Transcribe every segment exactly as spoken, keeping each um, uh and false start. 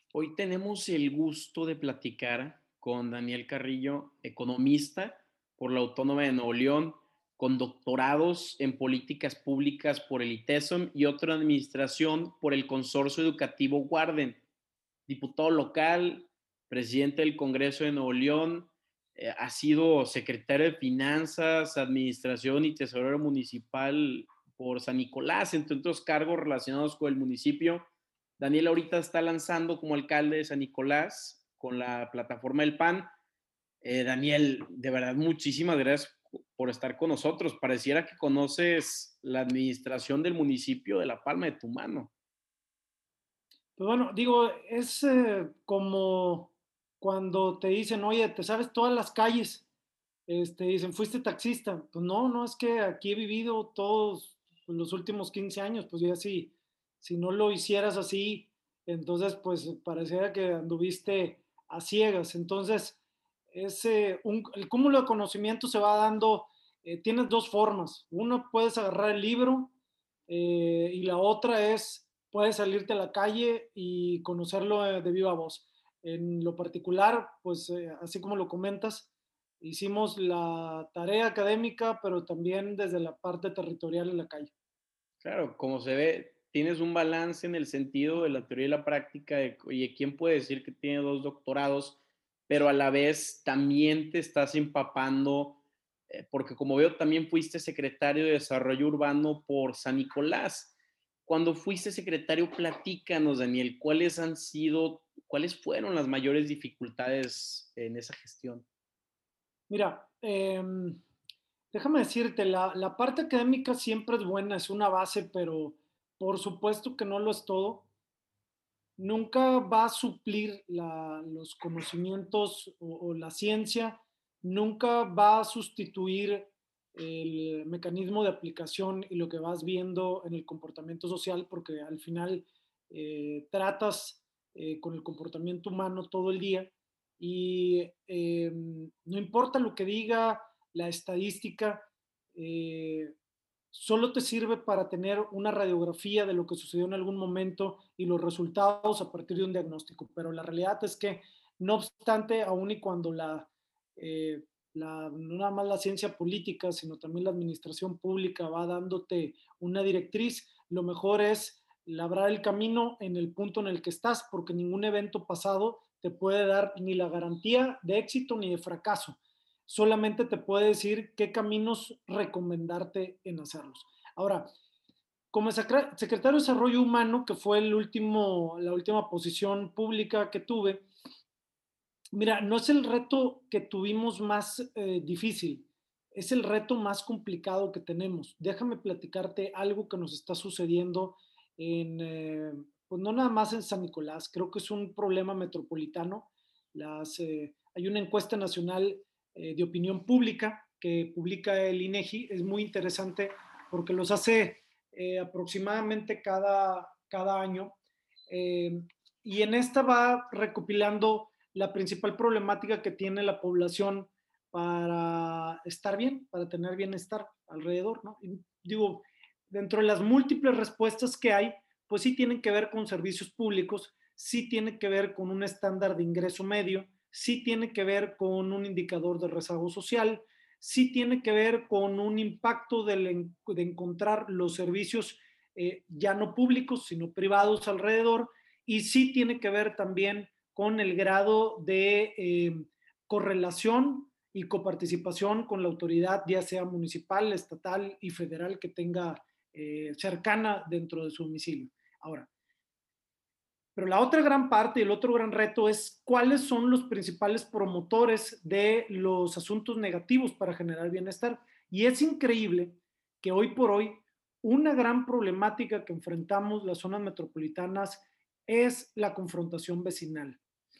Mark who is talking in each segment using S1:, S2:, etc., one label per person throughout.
S1: Hoy tenemos el gusto de platicar con Daniel Carrillo, economista por la Autónoma de Nuevo León, con doctorados en políticas públicas por el ITESOM y otra administración por el Consorcio Educativo Warden, diputado local, presidente del Congreso de Nuevo León, eh, ha sido secretario de Finanzas, Administración y Tesorero Municipal por San Nicolás, entre otros cargos relacionados con el municipio. Daniel ahorita está lanzando como alcalde de San Nicolás con la plataforma del P A N. Eh, Daniel, de verdad, muchísimas gracias por estar con nosotros. Pareciera que conoces la administración del municipio de La Palma de tu mano.
S2: Pues bueno, digo, es eh, como cuando te dicen, oye, te sabes todas las calles, este, dicen, fuiste taxista. Pues no, no, es que aquí he vivido todos los últimos quince años, pues ya si, si no lo hicieras así, entonces pues pareciera que anduviste a ciegas. Entonces, es, eh, un, el cúmulo de conocimiento se va dando, eh, tienes dos formas. Uno, puedes agarrar el libro eh, y la otra es, puedes salirte a la calle y conocerlo eh, de viva voz. En lo particular, pues eh, así como lo comentas, hicimos la tarea académica, pero también desde la parte territorial en la calle.
S1: Claro, como se ve, tienes un balance en el sentido de la teoría y la práctica de, oye, ¿quién puede decir que tiene dos doctorados, pero a la vez también te estás empapando, eh, porque como veo, también fuiste secretario de Desarrollo Urbano por San Nicolás. Cuando fuiste secretario, platícanos, Daniel, ¿cuáles han sido, cuáles fueron las mayores dificultades en esa gestión?
S2: Mira, eh, déjame decirte, la, la parte académica siempre es buena, es una base, pero por supuesto que no lo es todo. Nunca va a suplir la- los conocimientos o, o la ciencia, nunca va a sustituir el mecanismo de aplicación y lo que vas viendo en el comportamiento social, porque al final eh, tratas eh, con el comportamiento humano todo el día y eh, no importa lo que diga la estadística, eh, solo te sirve para tener una radiografía de lo que sucedió en algún momento y los resultados a partir de un diagnóstico. Pero la realidad es que, no obstante, aun y cuando la, eh, la, no nada más la ciencia política, sino también la administración pública va dándote una directriz, lo mejor es labrar el camino en el punto en el que estás, porque ningún evento pasado te puede dar ni la garantía de éxito ni de fracaso, solamente te puede decir qué caminos recomendarte en hacerlos. Ahora, como secretario de Desarrollo Humano, que fue el último, la última posición pública que tuve, mira, no es el reto que tuvimos más eh, difícil, es el reto más complicado que tenemos. Déjame platicarte algo que nos está sucediendo en, eh, pues no nada más en San Nicolás, creo que es un problema metropolitano. Las, eh, hay una encuesta nacional eh, de opinión pública que publica el INEGI, es muy interesante porque los hace eh, aproximadamente cada, cada año. Eh, y en esta va recopilando la principal problemática que tiene la población para estar bien, para tener bienestar alrededor, ¿no? Y digo, dentro de las múltiples respuestas que hay, pues sí tienen que ver con servicios públicos, sí tiene que ver con un estándar de ingreso medio, sí tiene que ver con un indicador de rezago social, sí tiene que ver con un impacto de, de encontrar los servicios eh, ya no públicos, sino privados alrededor, y sí tiene que ver también con el grado de eh, correlación y coparticipación con la autoridad, ya sea municipal, estatal y federal, que tenga eh, cercana dentro de su domicilio. Ahora, pero la otra gran parte y el otro gran reto es cuáles son los principales promotores de los asuntos negativos para generar bienestar. Y es increíble que hoy por hoy una gran problemática que enfrentamos las zonas metropolitanas es la confrontación vecinal.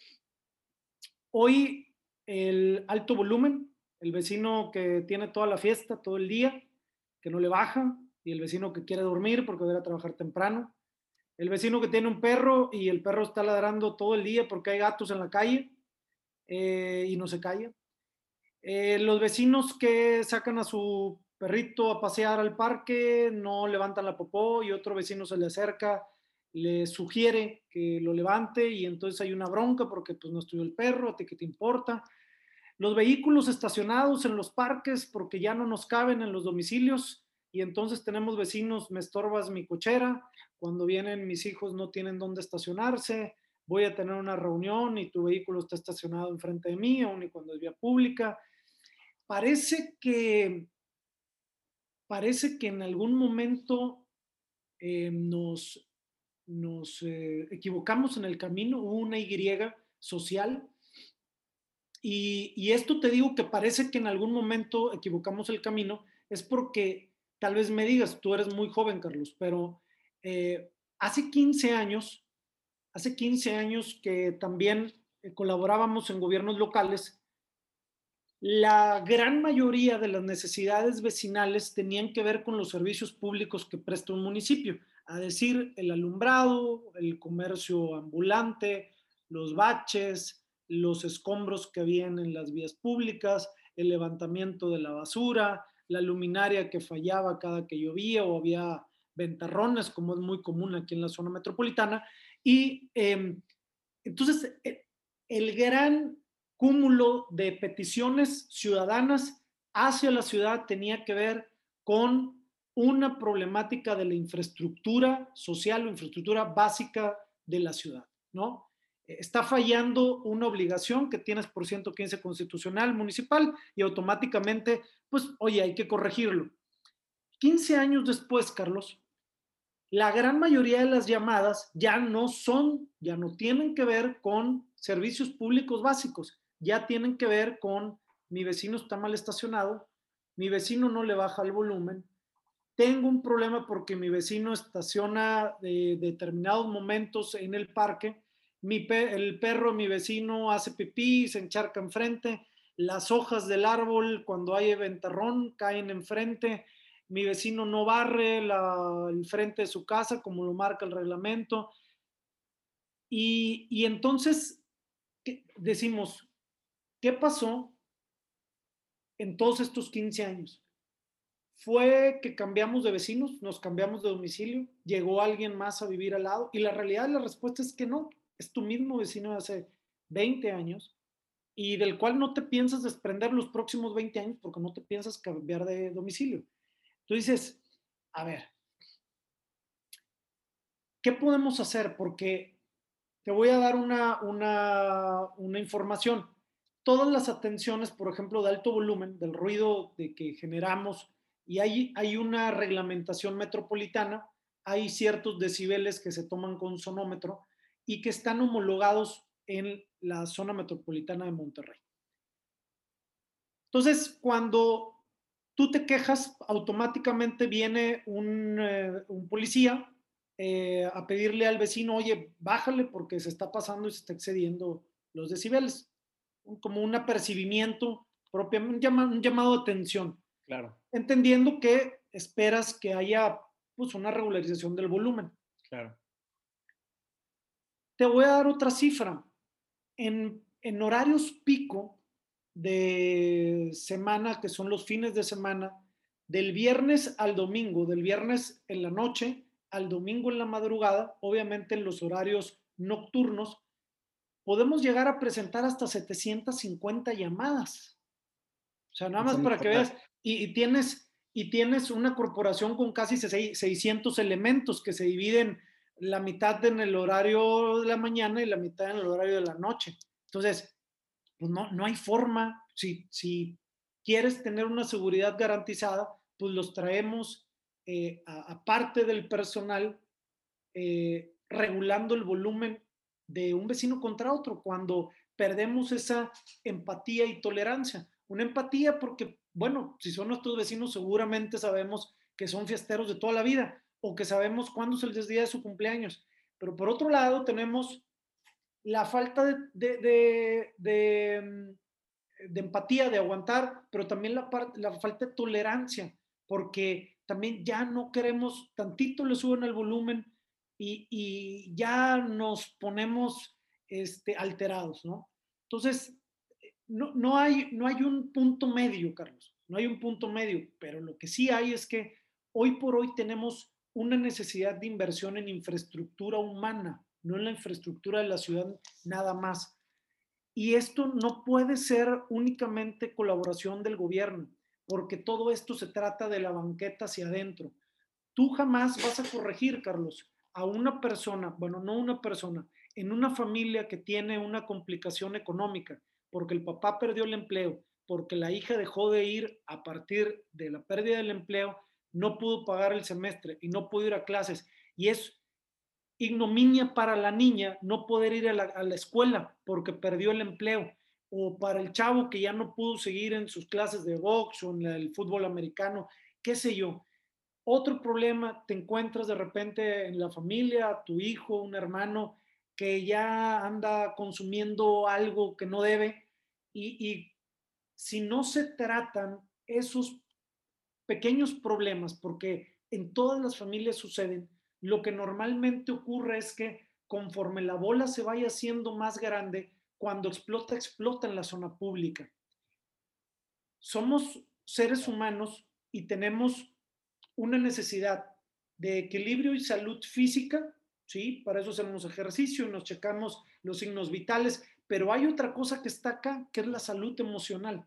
S2: Hoy el alto volumen, el vecino que tiene toda la fiesta todo el día, que no le baja, y el vecino que quiere dormir porque va a ir a trabajar temprano, el vecino que tiene un perro y el perro está ladrando todo el día porque hay gatos en la calle eh, y no se calla. Eh, los vecinos que sacan a su perrito a pasear al parque no levantan la popó y otro vecino se le acerca le sugiere que lo levante y entonces hay una bronca porque pues no estudió el perro, ¿a ti qué te importa? Los vehículos estacionados en los parques porque ya no nos caben en los domicilios y entonces tenemos vecinos, me estorbas mi cochera, cuando vienen mis hijos no tienen dónde estacionarse, voy a tener una reunión y tu vehículo está estacionado enfrente de mí, aun y cuando es vía pública. Parece que, parece que en algún momento eh, nos, nos eh, equivocamos en el camino, hubo una Y social. Y, y, esto te digo que parece que en algún momento equivocamos el camino, es porque tal vez me digas, tú eres muy joven, Carlos, pero eh, hace quince años, hace quince años que también eh, colaborábamos en gobiernos locales, la gran mayoría de las necesidades vecinales tenían que ver con los servicios públicos que presta un municipio, a decir, el alumbrado, el comercio ambulante, los baches, los escombros que habían en las vías públicas, el levantamiento de la basura, la luminaria que fallaba cada que llovía o había ventarrones, como es muy común aquí en la zona metropolitana. Y eh, entonces, eh, el gran cúmulo de peticiones ciudadanas hacia la ciudad tenía que ver con una problemática de la infraestructura social o infraestructura básica de la ciudad, ¿no? Está fallando una obligación que tienes por ciento quince constitucional municipal y automáticamente, pues, oye, hay que corregirlo. quince años después, Carlos, la gran mayoría de las llamadas ya no son, ya no tienen que ver con servicios públicos básicos, ya tienen que ver con mi vecino está mal estacionado, mi vecino no le baja el volumen, tengo un problema porque mi vecino estaciona de determinados momentos en el parque, mi pe el perro de mi vecino hace pipí, se encharca enfrente, las hojas del árbol cuando hay ventarrón caen enfrente, mi vecino no barre la, el frente de su casa como lo marca el reglamento. Y, y entonces ¿qué? Decimos, ¿qué pasó en todos estos quince años? Fue que cambiamos de vecinos, nos cambiamos de domicilio, llegó alguien más a vivir al lado y la realidad de la respuesta es que no, es tu mismo vecino de hace veinte años y del cual no te piensas desprender los próximos veinte años porque no te piensas cambiar de domicilio. Tú dices, a ver, ¿qué podemos hacer? Porque te voy a dar una, una, una información. Todas las atenciones, por ejemplo, de alto volumen, del ruido de que generamos, y hay, hay una reglamentación metropolitana, hay ciertos decibeles que se toman con sonómetro y que están homologados en la zona metropolitana de Monterrey. Entonces, cuando tú te quejas, automáticamente viene un, eh, un policía eh, a pedirle al vecino, oye, bájale porque se está pasando y se está excediendo los decibeles. Como un apercibimiento propio, un llamado, un llamado de atención.
S1: Claro.
S2: Entendiendo que esperas que haya pues, una regularización del volumen.
S1: Claro.
S2: Te voy a dar otra cifra. En, en horarios pico de semana, que son los fines de semana, del viernes al domingo, del viernes en la noche al domingo en la madrugada, obviamente en los horarios nocturnos, podemos llegar a presentar hasta setecientas cincuenta llamadas. O sea, nada más para que veas, y, y, tienes, y tienes una corporación con casi seiscientos elementos que se dividen la mitad en el horario de la mañana y la mitad en el horario de la noche. Entonces, pues no, no hay forma, si, si quieres tener una seguridad garantizada, pues los traemos eh, aparte del personal, eh, regulando el volumen de un vecino contra otro, cuando perdemos esa empatía y tolerancia. Una empatía porque, bueno, si son nuestros vecinos, seguramente sabemos que son fiesteros de toda la vida o que sabemos cuándo es el día de su cumpleaños. Pero por otro lado, tenemos la falta de, de, de, de, de empatía, de aguantar, pero también la, la falta de tolerancia, porque también ya no queremos, tantito le suben el volumen y, y ya nos ponemos este, alterados, ¿no? Entonces, no, no, hay, no hay un punto medio, Carlos, no hay un punto medio, pero lo que sí hay es que hoy por hoy tenemos una necesidad de inversión en infraestructura humana, no en la infraestructura de la ciudad nada más. Y esto no puede ser únicamente colaboración del gobierno, porque todo esto se trata de la banqueta hacia adentro. Tú jamás vas a corregir, Carlos, a una persona, bueno, no una persona, en una familia que tiene una complicación económica, porque el papá perdió el empleo, porque la hija dejó de ir a partir de la pérdida del empleo, no pudo pagar el semestre y no pudo ir a clases. Y es ignominia para la niña no poder ir a la, a la escuela porque perdió el empleo, o para el chavo que ya no pudo seguir en sus clases de box o en el fútbol americano, qué sé yo. Otro problema, te encuentras de repente en la familia, tu hijo, un hermano que ya anda consumiendo algo que no debe y, y si no se tratan esos pequeños problemas, porque en todas las familias suceden, lo que normalmente ocurre es que conforme la bola se vaya haciendo más grande, cuando explota, explota en la zona pública. Somos seres humanos y tenemos una necesidad de equilibrio y salud física, ¿sí? Para eso hacemos ejercicio y nos checamos los signos vitales, pero hay otra cosa que está acá, que es la salud emocional.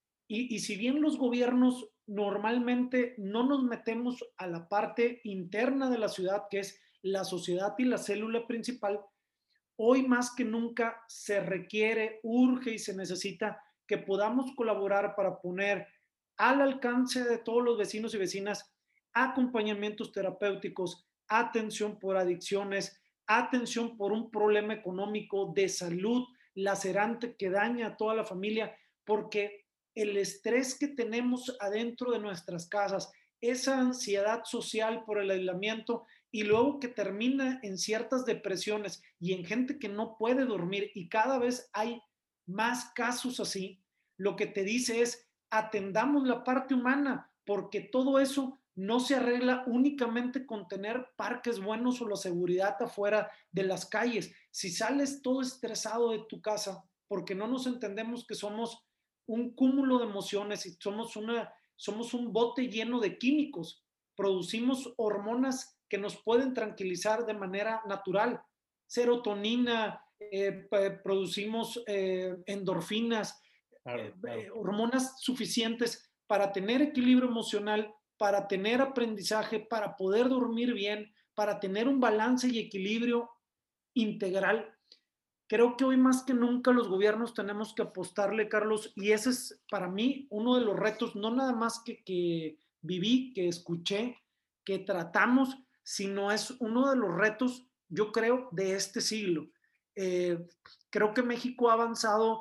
S2: Y, y si bien los gobiernos normalmente no nos metemos a la parte interna de la ciudad, que es la sociedad y la célula principal, hoy más que nunca se requiere, urge y se necesita que podamos colaborar para poner al alcance de todos los vecinos y vecinas acompañamientos terapéuticos, atención por adicciones, atención por un problema económico de salud lacerante que daña a toda la familia, porque el estrés que tenemos adentro de nuestras casas, esa ansiedad social por el aislamiento y luego que termina en ciertas depresiones y en gente que no puede dormir y cada vez hay más casos así, lo que te dice es atendamos la parte humana porque todo eso no se arregla únicamente con tener parques buenos o la seguridad afuera de las calles. Si sales todo estresado de tu casa porque no nos entendemos que somos un cúmulo de emociones y somos, una, somos un bote lleno de químicos, producimos hormonas que nos pueden tranquilizar de manera natural, serotonina, eh, producimos eh, endorfinas,
S1: Claro,
S2: eh,
S1: claro.
S2: eh, hormonas suficientes para tener equilibrio emocional, para tener aprendizaje, para poder dormir bien, para tener un balance y equilibrio integral. Creo que hoy más que nunca los gobiernos tenemos que apostarle, Carlos, y ese es para mí uno de los retos, no nada más que, que viví, que escuché, que tratamos, sino es uno de los retos, yo creo, de este siglo. Eh, creo que México ha avanzado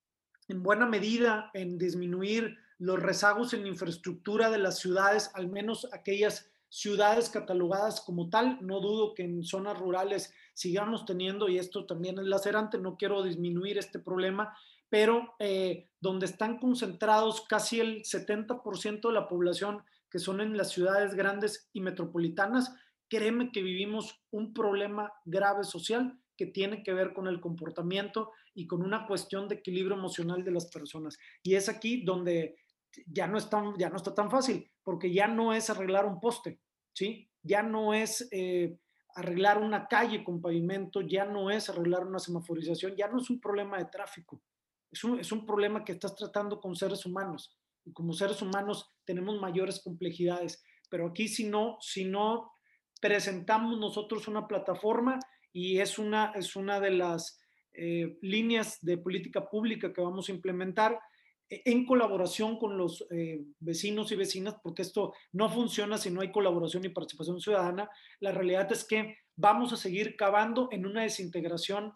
S2: en buena medida en disminuir los rezagos en infraestructura de las ciudades, al menos aquellas ciudades catalogadas como tal. No dudo que en zonas rurales sigamos teniendo, y esto también es lacerante, no quiero disminuir este problema, pero eh, donde están concentrados casi el setenta por ciento de la población, que son en las ciudades grandes y metropolitanas, créeme que vivimos un problema grave social que tiene que ver con el comportamiento y con una cuestión de equilibrio emocional de las personas. Y es aquí donde ya no, es tan, ya no está tan fácil, porque ya no es arreglar un poste, ¿sí? Ya no es eh, arreglar una calle con pavimento, ya no es arreglar una semaforización, ya no es un problema de tráfico, es un, es un problema que estás tratando con seres humanos. Y como seres humanos tenemos mayores complejidades, pero aquí si no, si no presentamos nosotros una plataforma y es una, es una de las eh, líneas de política pública que vamos a implementar eh, en colaboración con los eh, vecinos y vecinas, porque esto no funciona si no hay colaboración y participación ciudadana. La realidad es que vamos a seguir cavando en una desintegración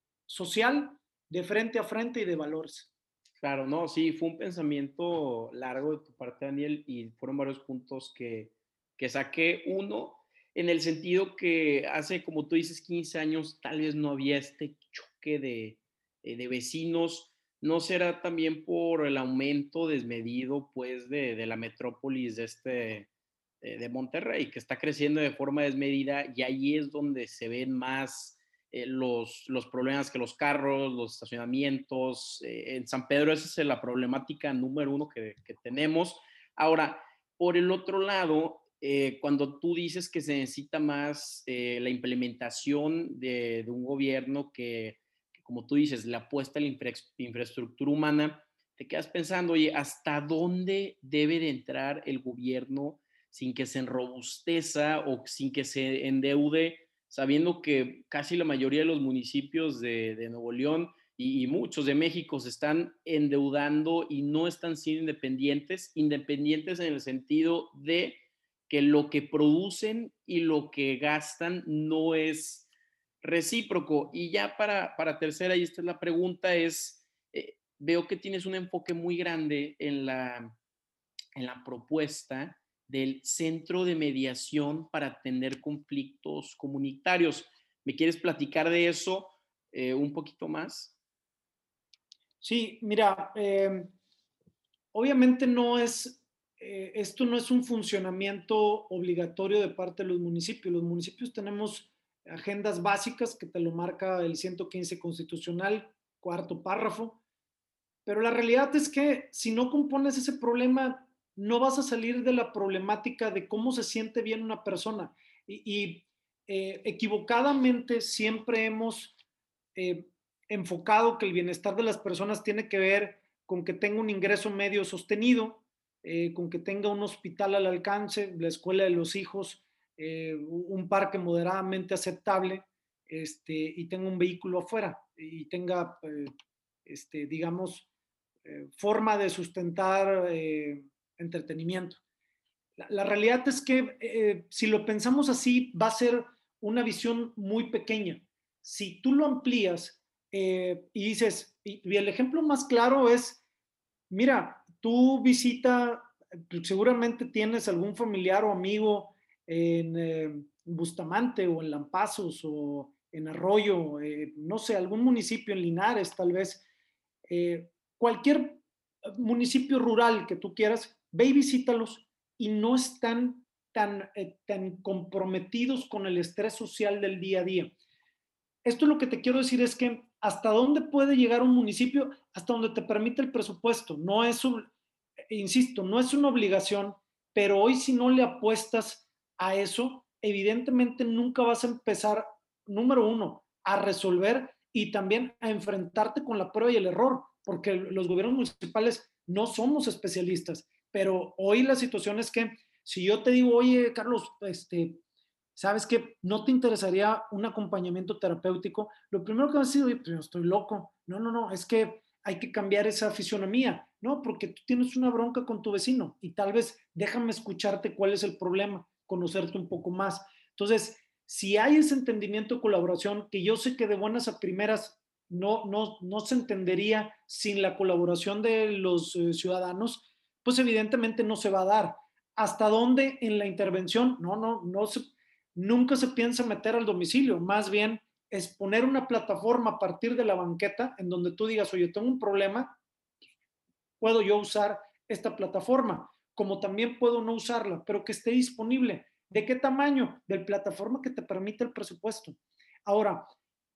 S2: social de frente a frente y de valores.
S1: Claro, no, sí, fue un pensamiento largo de tu parte, Daniel, y fueron varios puntos que, que saqué. Uno, en el sentido que hace, como tú dices, quince años, tal vez no había este choque de, eh, de vecinos. ¿No será también por el aumento desmedido, pues, de, de la metrópolis de este, de, de Monterrey, que está creciendo de forma desmedida y ahí es donde se ven más eh, los, los problemas que los carros, los estacionamientos. Eh, en San Pedro esa es la problemática número uno que, que tenemos. Ahora, por el otro lado, eh, cuando tú dices que se necesita más eh, la implementación de, de un gobierno que, que, como tú dices, le apuesta a la infra infraestructura humana, te quedas pensando, oye, ¿hasta dónde debe de entrar el gobierno sin que se enrobusteza o sin que se endeude, sabiendo que casi la mayoría de los municipios de, de Nuevo León y, y muchos de México se están endeudando y no están siendo independientes, independientes en el sentido de que lo que producen y lo que gastan no es recíproco? Y ya para, para tercera, y esta es la pregunta, es, eh, veo que tienes un enfoque muy grande en la, en la propuesta del centro de mediación para atender conflictos comunitarios. ¿Me quieres platicar de eso eh, un poquito más?
S2: Sí, mira, eh, obviamente no es, eh, esto no es un funcionamiento obligatorio de parte de los municipios. Los municipios tenemos agendas básicas que te lo marca el ciento quince constitucional, cuarto párrafo, pero la realidad es que si no compones ese problema, no vas a salir de la problemática de cómo se siente bien una persona. Y, y eh, equivocadamente siempre hemos eh, enfocado que el bienestar de las personas tiene que ver con que tenga un ingreso medio sostenido, eh, con que tenga un hospital al alcance, la escuela de los hijos, eh, un parque moderadamente aceptable, este, y tenga un vehículo afuera y tenga, eh, este, digamos, eh, forma de sustentar eh, entretenimiento. La, la, realidad es que eh, si lo pensamos así, va a ser una visión muy pequeña. Si tú lo amplías eh, y dices, y, y el ejemplo más claro es, mira, tú visita, seguramente tienes algún familiar o amigo en eh, Bustamante o en Lampazos o en Arroyo, eh, no sé, algún municipio en Linares tal vez, eh, cualquier municipio rural que tú quieras, ve y visítalos y no están tan, eh, tan comprometidos con el estrés social del día a día. Esto lo que te quiero decir es que hasta dónde puede llegar un municipio, hasta donde te permite el presupuesto. No es un, insisto, no es una obligación, pero hoy si no le apuestas a eso, evidentemente nunca vas a empezar, número uno, a resolver y también a enfrentarte con la prueba y el error, porque los gobiernos municipales no somos especialistas, pero hoy la situación es que si yo te digo, oye, Carlos, este, ¿sabes qué? ¿No te interesaría un acompañamiento terapéutico? Lo primero que vas a decir, oye, pues yo estoy loco. No, no, no, es que hay que cambiar esa fisionomía, ¿no? Porque tú tienes una bronca con tu vecino y tal vez déjame escucharte cuál es el problema, conocerte un poco más. Entonces, si hay ese entendimiento, colaboración, que yo sé que de buenas a primeras no, no, no se entendería sin la colaboración de los eh, ciudadanos, pues evidentemente no se va a dar. ¿Hasta dónde en la intervención? No, no, no se, nunca se piensa meter al domicilio, más bien es poner una plataforma a partir de la banqueta en donde tú digas, oye, tengo un problema, puedo yo usar esta plataforma, como también puedo no usarla, pero que esté disponible. ¿De qué tamaño? De la plataforma que te permite el presupuesto. Ahora,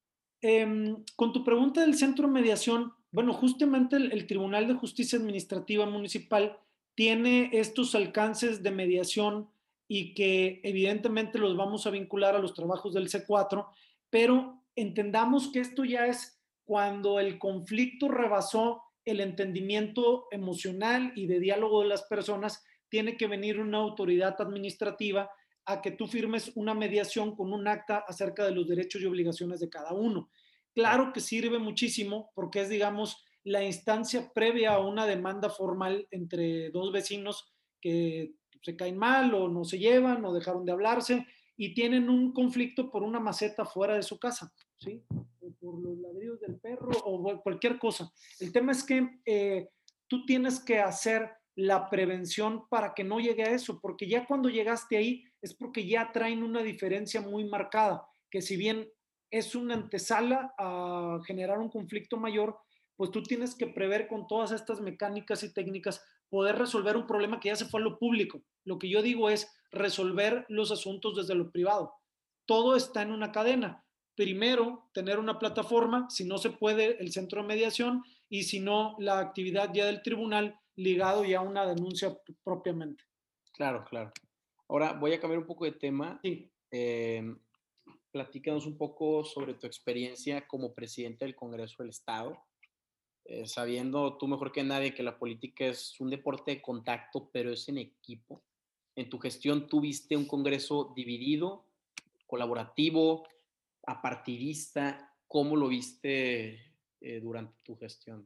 S2: eh, con tu pregunta del centro de mediación, bueno, justamente el, el Tribunal de Justicia Administrativa Municipal tiene estos alcances de mediación y que evidentemente los vamos a vincular a los trabajos del C cuatro, pero entendamos que esto ya es cuando el conflicto rebasó el entendimiento emocional y de diálogo de las personas, tiene que venir una autoridad administrativa a que tú firmes una mediación con un acta acerca de los derechos y obligaciones de cada uno. Claro que sirve muchísimo porque es, digamos, la instancia previa a una demanda formal entre dos vecinos que se caen mal o no se llevan o dejaron de hablarse y tienen un conflicto por una maceta fuera de su casa, ¿sí? O por los ladrillos del perro o cualquier cosa. El tema es que eh, tú tienes que hacer la prevención para que no llegue a eso, porque ya cuando llegaste ahí es porque ya traen una diferencia muy marcada, que si bien es una antesala a generar un conflicto mayor, pues tú tienes que prever con todas estas mecánicas y técnicas poder resolver un problema que ya se fue a lo público. Lo que yo digo es resolver los asuntos desde lo privado. Todo está en una cadena. Primero, tener una plataforma, si no se puede, el centro de mediación, y si no, la actividad ya del tribunal ligado ya a una denuncia propiamente.
S1: Claro, claro. Ahora voy a cambiar un poco de tema.
S2: Sí.
S1: Em, platícanos un poco sobre tu experiencia como presidente del Congreso del Estado, eh, sabiendo tú mejor que nadie que la política es un deporte de contacto, pero es en equipo. En tu gestión tuviste un Congreso dividido, colaborativo, apartidista. ¿Cómo lo viste eh, durante tu gestión?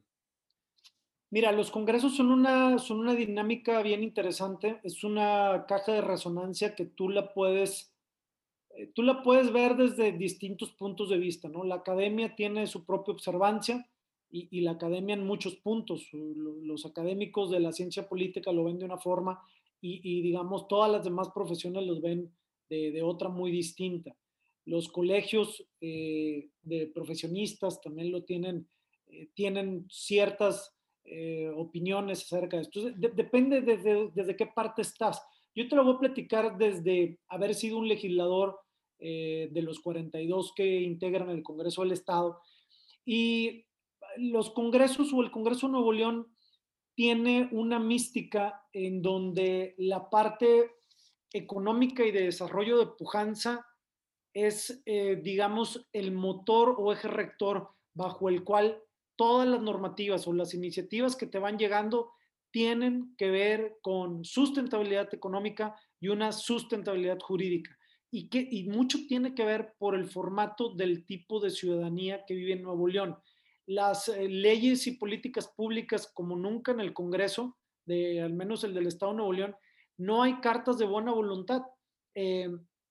S2: Mira, los congresos son una, son una dinámica bien interesante. Es una caja de resonancia que tú la puedes, eh, tú la puedes ver desde distintos puntos de vista, ¿no? La academia tiene su propia observancia y, y la academia en muchos puntos. Los académicos de la ciencia política lo ven de una forma y, y digamos, todas las demás profesiones los ven de, de otra muy distinta. Los colegios eh, de profesionistas también lo tienen, eh, tienen ciertas eh, opiniones acerca de esto. Entonces, de, depende desde, desde qué parte estás. Yo te lo voy a platicar desde haber sido un legislador eh, de los cuarenta y dos que integran el Congreso del Estado. Y los congresos o el Congreso de Nuevo León tiene una mística en donde la parte económica y de desarrollo de pujanza es, eh, digamos, el motor o eje rector bajo el cual todas las normativas o las iniciativas que te van llegando tienen que ver con sustentabilidad económica y una sustentabilidad jurídica. Y, que, y mucho tiene que ver por el formato del tipo de ciudadanía que vive en Nuevo León. Las eh, leyes y políticas públicas, como nunca en el Congreso, de al menos el del Estado de Nuevo León, no hay cartas de buena voluntad. Eh,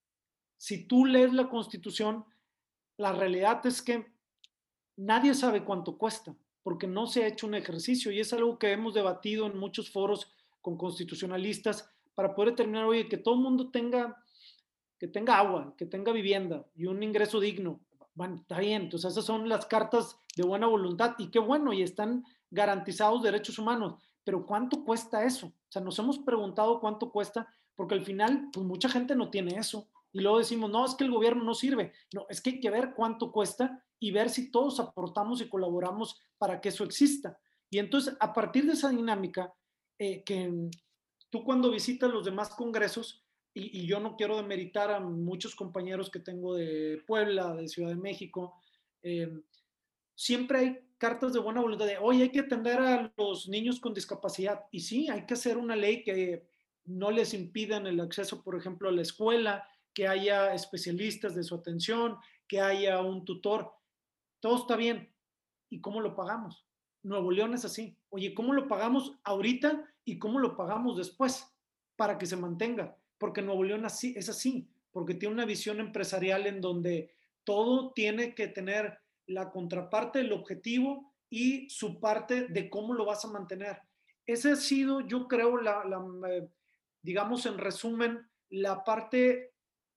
S2: si tú lees la Constitución, la realidad es que nadie sabe cuánto cuesta, porque no se ha hecho un ejercicio y es algo que hemos debatido en muchos foros con constitucionalistas para poder determinar, oye, que todo el mundo tenga, que tenga agua, que tenga vivienda y un ingreso digno. Bueno, está bien, entonces esas son las cartas de buena voluntad y qué bueno, y están garantizados derechos humanos, pero ¿cuánto cuesta eso? O sea, nos hemos preguntado cuánto cuesta, porque al final, pues mucha gente no tiene eso. Y luego decimos, no, es que el gobierno no sirve. No, es que hay que ver cuánto cuesta y ver si todos aportamos y colaboramos para que eso exista. Y entonces, a partir de esa dinámica, eh, que tú cuando visitas los demás congresos, y, y yo no quiero demeritar a muchos compañeros que tengo de Puebla, de Ciudad de México, eh, siempre hay cartas de buena voluntad de, oye, hay que atender a los niños con discapacidad. Y sí, hay que hacer una ley que no les impidan el acceso, por ejemplo, a la escuela, que haya especialistas de su atención, que haya un tutor. Todo está bien. ¿Y cómo lo pagamos? Nuevo León es así. Oye, ¿cómo lo pagamos ahorita y cómo lo pagamos después para que se mantenga? Porque Nuevo León así, es así, porque tiene una visión empresarial en donde todo tiene que tener la contraparte del objetivo y su parte de cómo lo vas a mantener. Esa ha sido, yo creo, la, la eh, digamos en resumen, la parte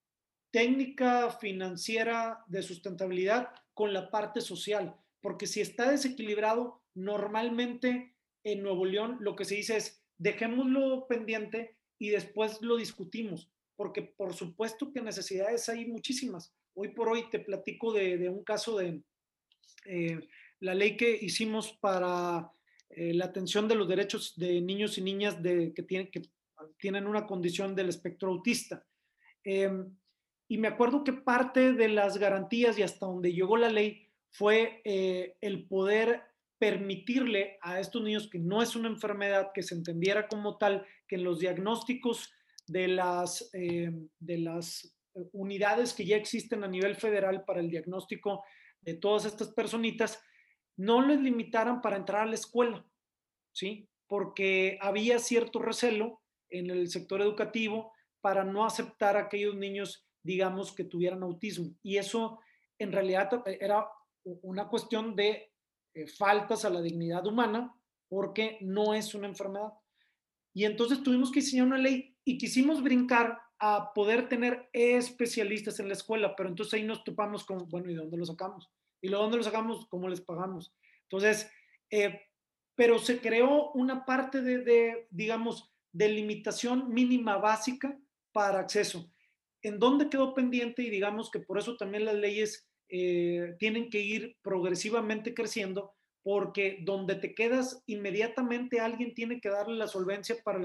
S2: técnica financiera de sustentabilidad con la parte social, porque si está desequilibrado, normalmente en Nuevo León lo que se dice es dejémoslo pendiente y después lo discutimos, porque por supuesto que necesidades hay muchísimas. Hoy por hoy te platico de, de un caso de eh, la ley que hicimos para eh, la atención de los derechos de niños y niñas de, que, tienen, que tienen una condición del espectro autista. Eh, y me acuerdo que parte de las garantías y hasta donde llegó la ley fue eh, el poder permitirle a estos niños que no es una enfermedad, que se entendiera como tal, que en los diagnósticos de las, eh, de las unidades que ya existen a nivel federal para el diagnóstico de todas estas personitas, no les limitaran para entrar a la escuela, ¿sí? Porque había cierto recelo en el sector educativo para no aceptar a aquellos niños, digamos, que tuvieran autismo. Y eso en realidad era una cuestión de eh, faltas a la dignidad humana porque no es una enfermedad. Y entonces tuvimos que diseñar una ley y quisimos brincar a poder tener especialistas en la escuela, pero entonces ahí nos topamos con, bueno, ¿y de dónde lo sacamos? ¿Y luego dónde lo sacamos? ¿Cómo les pagamos? Entonces, eh, pero se creó una parte de, de, digamos, de limitación mínima básica para acceso. ¿En dónde quedó pendiente? Y digamos que por eso también las leyes eh, tienen que ir progresivamente creciendo, porque donde te quedas, inmediatamente alguien tiene que darle la solvencia para las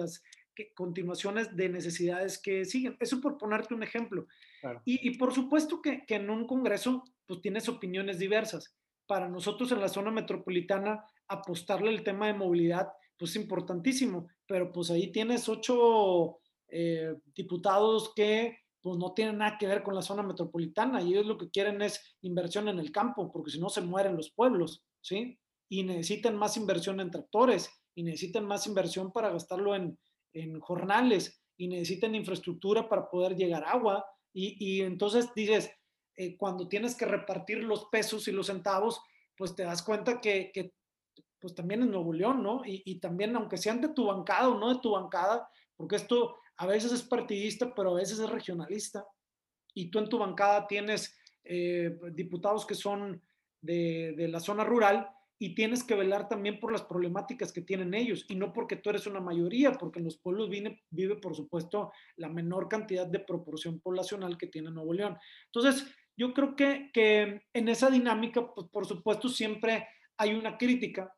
S2: que, continuaciones de necesidades que siguen. Eso por ponerte un ejemplo.
S1: Claro.
S2: Y, y por supuesto que, que, en un congreso, pues tienes opiniones diversas. Para nosotros en la zona metropolitana, apostarle el tema de movilidad, pues es importantísimo, pero pues ahí tienes ocho eh, diputados que pues no tienen nada que ver con la zona metropolitana y ellos lo que quieren es inversión en el campo, porque si no se mueren los pueblos, ¿sí? Y necesitan más inversión en tractores, y necesitan más inversión para gastarlo en, en jornales, y necesitan infraestructura para poder llegar agua, y, y entonces dices, eh, cuando tienes que repartir los pesos y los centavos, pues te das cuenta que, que pues también en Nuevo León, ¿no? Y, y también, aunque sean de tu bancada o no de tu bancada, porque esto a veces es partidista, pero a veces es regionalista, y tú en tu bancada tienes eh, diputados que son de, de, la zona rural, y tienes que velar también por las problemáticas que tienen ellos, y no porque tú eres una mayoría, porque en los pueblos vive, vive por supuesto, la menor cantidad de proporción poblacional que tiene Nuevo León. Entonces, yo creo que, que en esa dinámica, pues por supuesto, siempre hay una crítica,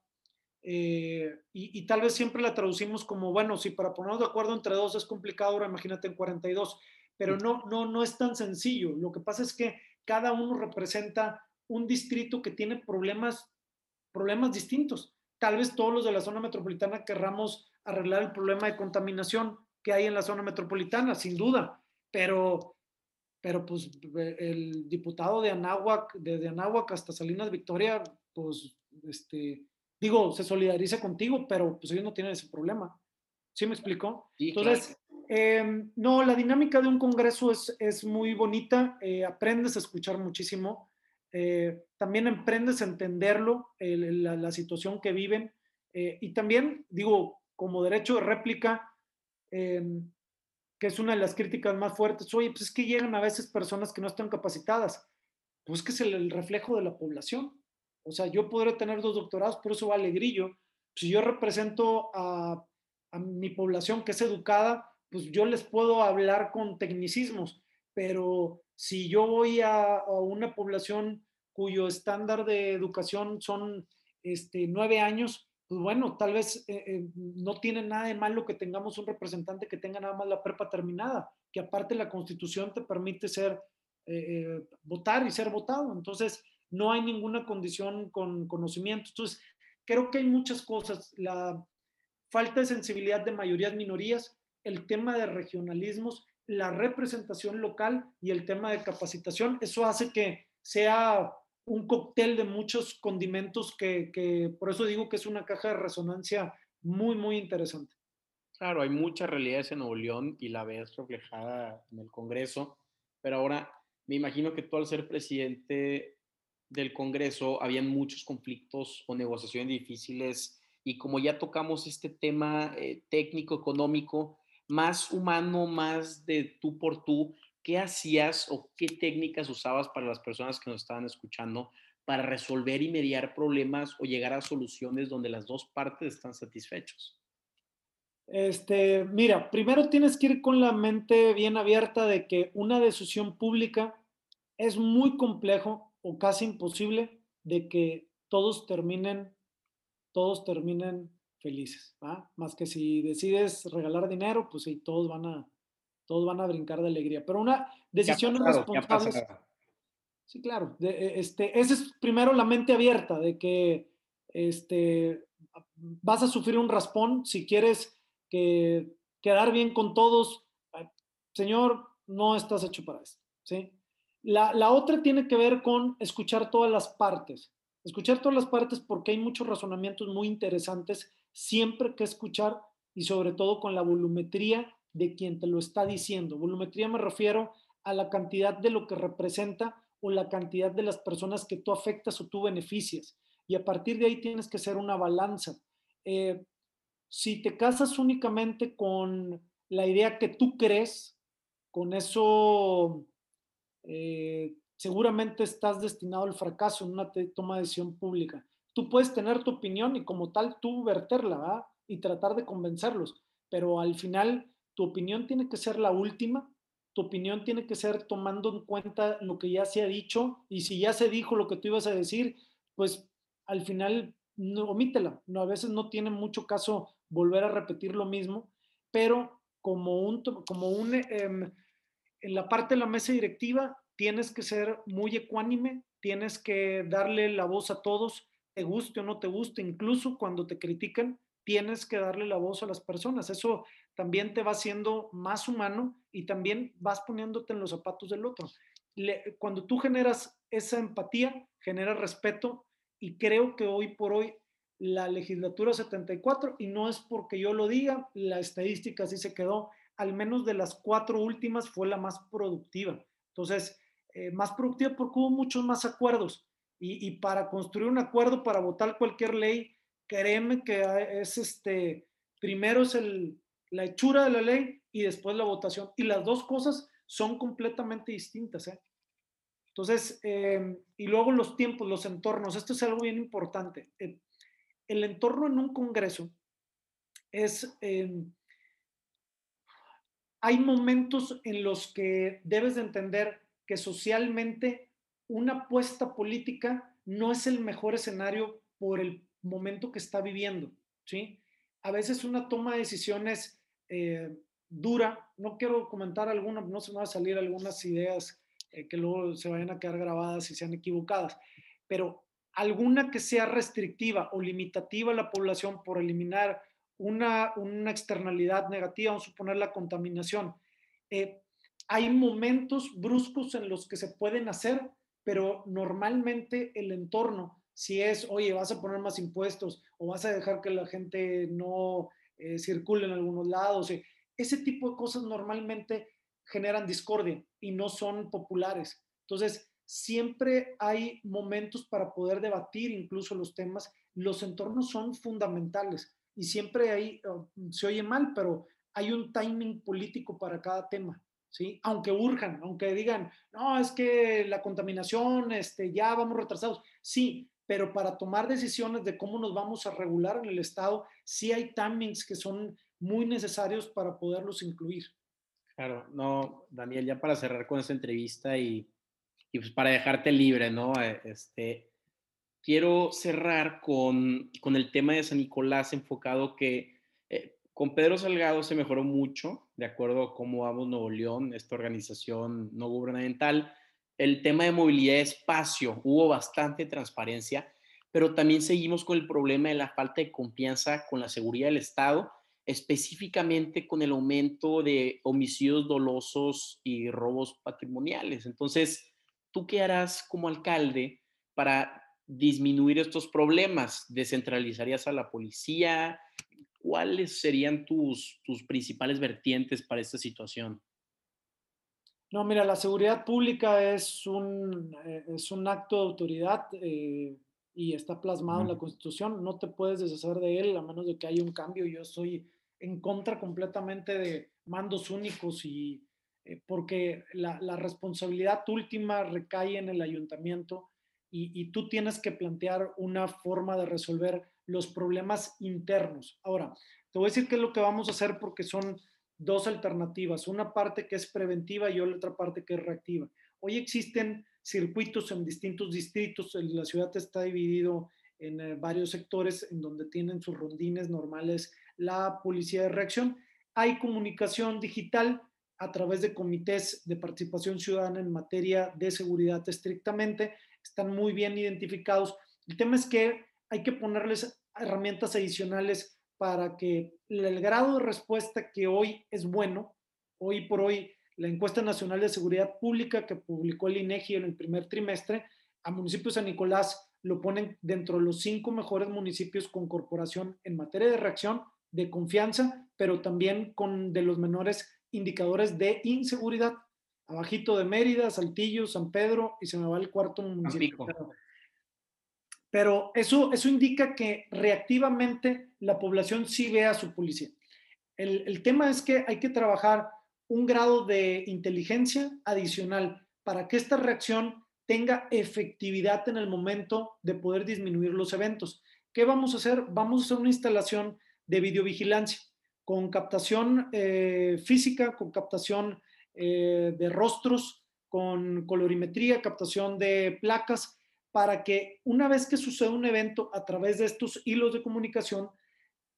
S2: eh, y, y, tal vez siempre la traducimos como, bueno, si para ponernos de acuerdo entre dos es complicado, ahora imagínate en cuarenta y dos, pero no, no, no es tan sencillo. Lo que pasa es que cada uno representa un distrito que tiene problemas, problemas distintos. Tal vez todos los de la zona metropolitana querramos arreglar el problema de contaminación que hay en la zona metropolitana, sin duda, pero, pero pues el diputado de Anáhuac, desde Anáhuac hasta Salinas Victoria, pues, este, digo, se solidariza contigo, pero pues ellos no tienen ese problema. ¿Sí me explicó?
S1: Sí, claro.
S2: Entonces, eh, no, la dinámica de un congreso es, es muy bonita, eh, aprendes a escuchar muchísimo, eh, también aprendes a entenderlo, el, la, la, situación que viven, eh, y también, digo, como derecho de réplica, eh, que es una de las críticas más fuertes, oye, pues es que llegan a veces personas que no están capacitadas, pues que es el, el reflejo de la población. O sea, yo podré tener dos doctorados, pero eso vale grillo. Si yo represento a, a mi población que es educada, pues yo les puedo hablar con tecnicismos, pero si yo voy a, a una población cuyo estándar de educación son este, nueve años, pues bueno, tal vez eh, eh, no tiene nada de malo que tengamos un representante que tenga nada más la prepa terminada, que aparte la Constitución te permite ser, eh, eh, votar y ser votado. Entonces, no hay ninguna condición con conocimiento. Entonces, creo que hay muchas cosas. La falta de sensibilidad de mayorías, minorías, el tema de regionalismos, la representación local y el tema de capacitación. Eso hace que sea un cóctel de muchos condimentos que, que por eso digo que es una caja de resonancia muy, muy interesante.
S1: Claro, hay muchas realidades en Nuevo León y la ves reflejada en el Congreso, pero ahora me imagino que tú al ser presidente del Congreso habían muchos conflictos o negociaciones difíciles y como ya tocamos este tema eh, técnico, económico, más humano, más de tú por tú, ¿qué hacías o qué técnicas usabas para las personas que nos estaban escuchando para resolver y mediar problemas o llegar a soluciones donde las dos partes están satisfechos?
S2: Este, mira, primero tienes que ir con la mente bien abierta de que una decisión pública es muy complejo o casi imposible de que todos terminen, todos terminen felices, ¿va? Más que si decides regalar dinero, pues sí, todos van a, todos van a brincar de alegría. Pero una
S1: ¿Qué ha
S2: decisiones
S1: pasado? ¿Qué ha
S2: responsables,
S1: pasado?
S2: sí, claro, de, e, este, esa es primero la mente abierta de que este, vas a sufrir un raspón si quieres que quedar bien con todos. Señor, no estás hecho para esto, ¿sí? La, la otra tiene que ver con escuchar todas las partes. Escuchar todas las partes porque hay muchos razonamientos muy interesantes siempre que escuchar y sobre todo con la volumetría de quien te lo está diciendo. Volumetría me refiero a la cantidad de lo que representa o la cantidad de las personas que tú afectas o tú beneficias. Y a partir de ahí tienes que hacer una balanza. Eh, si te casas únicamente con la idea que tú crees, con eso eh, seguramente estás destinado al fracaso en una toma de decisión pública. Tú puedes tener tu opinión y como tal tú verterla, ¿verdad? Y tratar de convencerlos, pero al final tu opinión tiene que ser la última, tu opinión tiene que ser tomando en cuenta lo que ya se ha dicho y si ya se dijo lo que tú ibas a decir, pues al final no, omítela, no, a veces no tiene mucho caso volver a repetir lo mismo pero como un, como un eh, en la parte de la mesa directiva tienes que ser muy ecuánime, tienes que darle la voz a todos, te guste o no te guste, incluso cuando te critican, tienes que darle la voz a las personas. Eso también te va haciendo más humano y también vas poniéndote en los zapatos del otro. Le, cuando tú generas esa empatía, generas respeto y creo que hoy por hoy la legislatura setenta y cuatro, y no es porque yo lo diga, la estadística así se quedó, al menos de las cuatro últimas fue la más productiva. Entonces, eh, más productiva porque hubo muchos más acuerdos. Y, y, para construir un acuerdo, para votar cualquier ley, créeme que es este, primero es el, la hechura de la ley y después la votación. Y las dos cosas son completamente distintas. ¿eh? Entonces, eh, y luego los tiempos, los entornos, esto es algo bien importante. Eh, el entorno en un congreso es... Eh, hay momentos en los que debes de entender que socialmente una apuesta política no es el mejor escenario por el momento que está viviendo, ¿sí? A veces una toma de decisiones eh, dura, no quiero comentar alguna, no se me van a salir algunas ideas eh, que luego se vayan a quedar grabadas y sean equivocadas, pero alguna que sea restrictiva o limitativa a la población por eliminar una, una externalidad negativa, vamos a suponer la contaminación. Eh, hay momentos bruscos en los que se pueden hacer, pero normalmente el entorno, si es, oye, vas a poner más impuestos o vas a dejar que la gente no eh, circule en algunos lados, eh, ese tipo de cosas normalmente generan discordia y no son populares. Entonces, siempre hay momentos para poder debatir incluso los temas. Los entornos son fundamentales y siempre hay, uh, se oye mal, pero hay un timing político para cada tema, ¿sí? Aunque urjan, aunque digan, no, es que la contaminación, este, ya vamos retrasados. Sí, pero para tomar decisiones de cómo nos vamos a regular en el Estado, sí hay timings que son muy necesarios para poderlos incluir.
S1: Claro, no, Daniel, ya para cerrar con esta entrevista y, y pues para dejarte libre, ¿no? Eh, Este, quiero cerrar con, con el tema de San Nicolás enfocado que eh, con Pedro Salgado se mejoró mucho, de acuerdo a cómo vamos Nuevo León, esta organización no gubernamental. El tema de movilidad de espacio, hubo bastante transparencia, pero también seguimos con el problema de la falta de confianza con la seguridad del Estado, específicamente con el aumento de homicidios dolosos y robos patrimoniales. Entonces, ¿tú qué harás como alcalde para disminuir estos problemas? ¿Descentralizarías a la policía? ¿Cuáles serían tus, tus principales vertientes para esta situación?
S2: No, mira, la seguridad pública es un, eh, es un acto de autoridad eh, y está plasmado en la Constitución. No te puedes deshacer de él a menos de que haya un cambio. Yo estoy en contra completamente de mandos únicos y eh, porque la, la responsabilidad última recae en el ayuntamiento y, y tú tienes que plantear una forma de resolver los problemas internos. Ahora, te voy a decir qué es lo que vamos a hacer porque son dos alternativas, una parte que es preventiva y otra parte que es reactiva. Hoy existen circuitos en distintos distritos, la ciudad está dividido en eh, varios sectores en donde tienen sus rondines normales la policía de reacción. Hay comunicación digital a través de comités de participación ciudadana en materia de seguridad estrictamente, están muy bien identificados. El tema es que hay que ponerles herramientas adicionales para que el grado de respuesta que hoy es bueno, hoy por hoy la encuesta nacional de seguridad pública que publicó el INEGI en el primer trimestre, a municipio de San Nicolás lo ponen dentro de los cinco mejores municipios con corporación en materia de reacción, de confianza, pero también con de los menores indicadores de inseguridad. Abajito de Mérida, Saltillo, San Pedro y se me va el cuarto municipio.
S1: Tampico.
S2: Pero eso, eso indica que reactivamente la población sí ve a su policía. El, el tema es que hay que trabajar un grado de inteligencia adicional para que esta reacción tenga efectividad en el momento de poder disminuir los eventos. ¿Qué vamos a hacer? Vamos a hacer una instalación de videovigilancia con captación eh, física, con captación eh, de rostros, con colorimetría, captación de placas, para que una vez que suceda un evento a través de estos hilos de comunicación,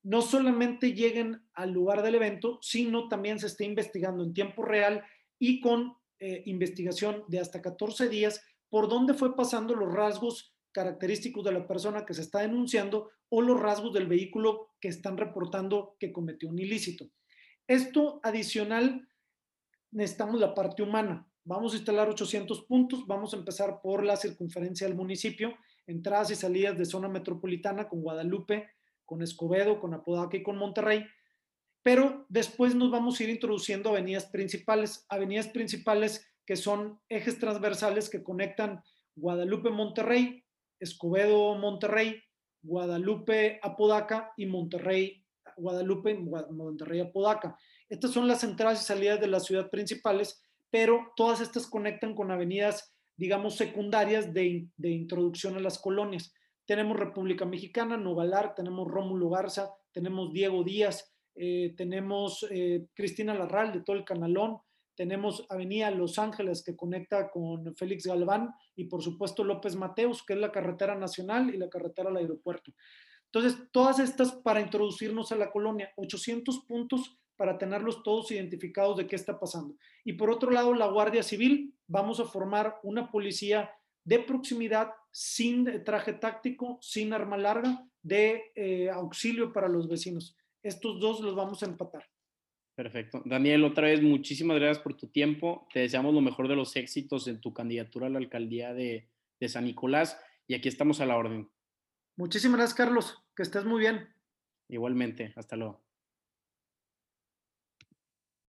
S2: no solamente lleguen al lugar del evento, sino también se esté investigando en tiempo real y con eh, investigación de hasta catorce días por dónde fue pasando los rasgos característicos de la persona que se está denunciando o los rasgos del vehículo que están reportando que cometió un ilícito. Esto adicional, necesitamos la parte humana. Vamos a instalar ochocientos puntos, vamos a empezar por la circunferencia del municipio, entradas y salidas de zona metropolitana con Guadalupe, con Escobedo, con Apodaca y con Monterrey, pero después nos vamos a ir introduciendo avenidas principales, avenidas principales que son ejes transversales que conectan Guadalupe-Monterrey, Escobedo-Monterrey, Guadalupe-Apodaca y Monterrey, Guadalupe, Monterrey-Apodaca. Estas son las entradas y salidas de la ciudad principales, pero todas estas conectan con avenidas, digamos, secundarias de, de introducción a las colonias. Tenemos República Mexicana, Novalar, tenemos Rómulo Garza, tenemos Diego Díaz, eh, tenemos eh, Cristina Larral de todo el Canalón, tenemos Avenida Los Ángeles que conecta con Félix Galván y por supuesto López Mateos, que es la carretera nacional y la carretera al aeropuerto. Entonces, todas estas para introducirnos a la colonia, ochocientos puntos para tenerlos todos identificados de qué está pasando. Y por otro lado, la Guardia Civil, vamos a formar una policía de proximidad, sin traje táctico, sin arma larga, de eh, auxilio para los vecinos. Estos dos los vamos a empatar.
S1: Perfecto. Daniel, otra vez, muchísimas gracias por tu tiempo. Te deseamos lo mejor de los éxitos en tu candidatura a la alcaldía de, de San Nicolás y aquí estamos a la orden.
S2: Muchísimas gracias, Carlos. Que estés muy bien.
S1: Igualmente, hasta luego.